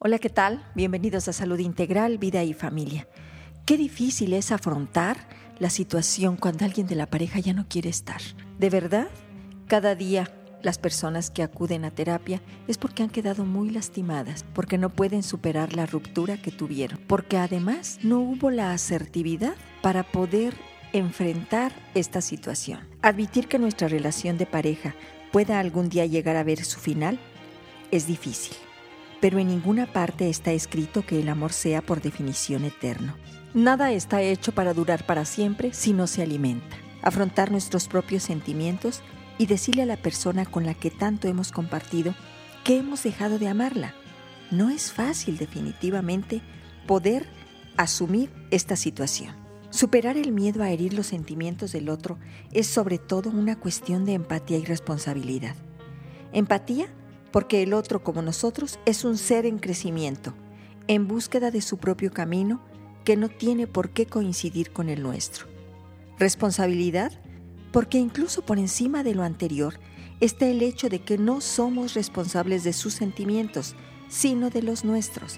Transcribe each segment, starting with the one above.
Hola, ¿qué tal? Bienvenidos a Salud Integral, Vida y Familia. Qué difícil es afrontar la situación cuando alguien de la pareja ya no quiere estar. De verdad, cada día las personas que acuden a terapia es porque han quedado muy lastimadas, porque no pueden superar la ruptura que tuvieron, porque además no hubo la asertividad para poder enfrentar esta situación. Admitir que nuestra relación de pareja pueda algún día llegar a ver su final es difícil. Pero en ninguna parte está escrito que el amor sea por definición eterno. Nada está hecho para durar para siempre si no se alimenta. Afrontar nuestros propios sentimientos y decirle a la persona con la que tanto hemos compartido que hemos dejado de amarla. No es fácil definitivamente poder asumir esta situación. Superar el miedo a herir los sentimientos del otro es sobre todo una cuestión de empatía y responsabilidad. Empatía porque el otro, como nosotros, es un ser en crecimiento, en búsqueda de su propio camino que no tiene por qué coincidir con el nuestro. Responsabilidad, porque incluso por encima de lo anterior está el hecho de que no somos responsables de sus sentimientos, sino de los nuestros.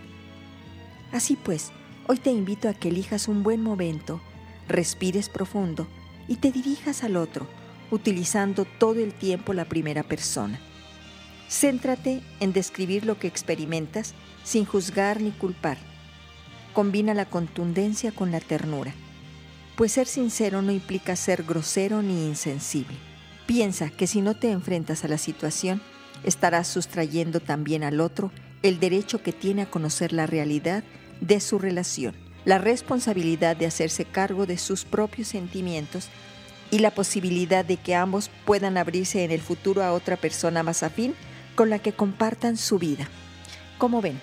Así pues, hoy te invito a que elijas un buen momento, respires profundo y te dirijas al otro, utilizando todo el tiempo la primera persona. Céntrate en describir lo que experimentas sin juzgar ni culpar. Combina la contundencia con la ternura, pues ser sincero no implica ser grosero ni insensible. Piensa que si no te enfrentas a la situación, estarás sustrayendo también al otro el derecho que tiene a conocer la realidad de su relación, la responsabilidad de hacerse cargo de sus propios sentimientos y la posibilidad de que ambos puedan abrirse en el futuro a otra persona más afín con la que compartan su vida. Como ven,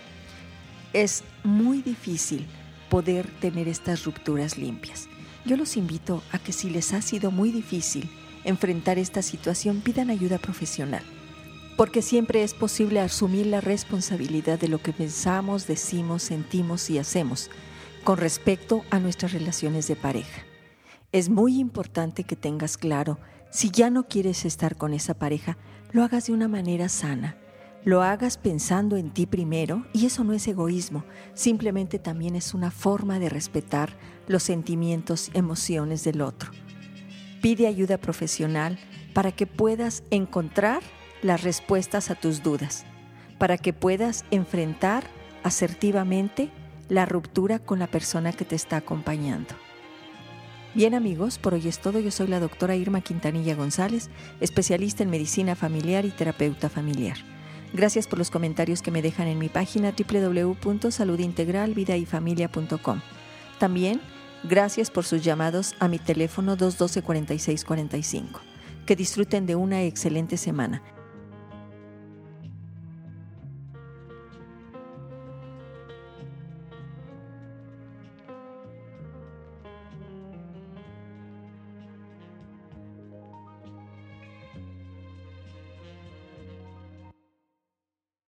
es muy difícil poder tener estas rupturas limpias. Yo los invito a que si les ha sido muy difícil enfrentar esta situación, pidan ayuda profesional, porque siempre es posible asumir la responsabilidad de lo que pensamos, decimos, sentimos y hacemos con respecto a nuestras relaciones de pareja. Es muy importante que tengas claro, si ya no quieres estar con esa pareja, lo hagas de una manera sana, lo hagas pensando en ti primero, y eso no es egoísmo, simplemente también es una forma de respetar los sentimientos, emociones del otro. Pide ayuda profesional para que puedas encontrar las respuestas a tus dudas, para que puedas enfrentar asertivamente la ruptura con la persona que te está acompañando. Bien amigos, por hoy es todo. Yo soy la doctora Irma Quintanilla González, especialista en medicina familiar y terapeuta familiar. Gracias por los comentarios que me dejan en mi página www.saludintegralvidayfamilia.com. También, gracias por sus llamados a mi teléfono 212-4645. Que disfruten de una excelente semana.